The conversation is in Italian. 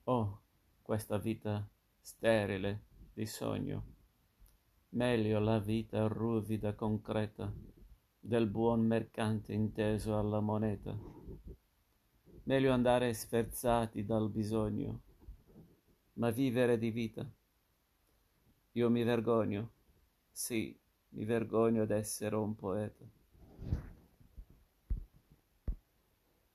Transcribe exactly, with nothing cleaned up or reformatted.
Oh, questa vita sterile di sogno. Meglio la vita ruvida, concreta, del buon mercante inteso alla moneta. Meglio andare sferzati dal bisogno, ma vivere di vita. Io mi vergogno, sì, mi vergogno d'essere un poeta.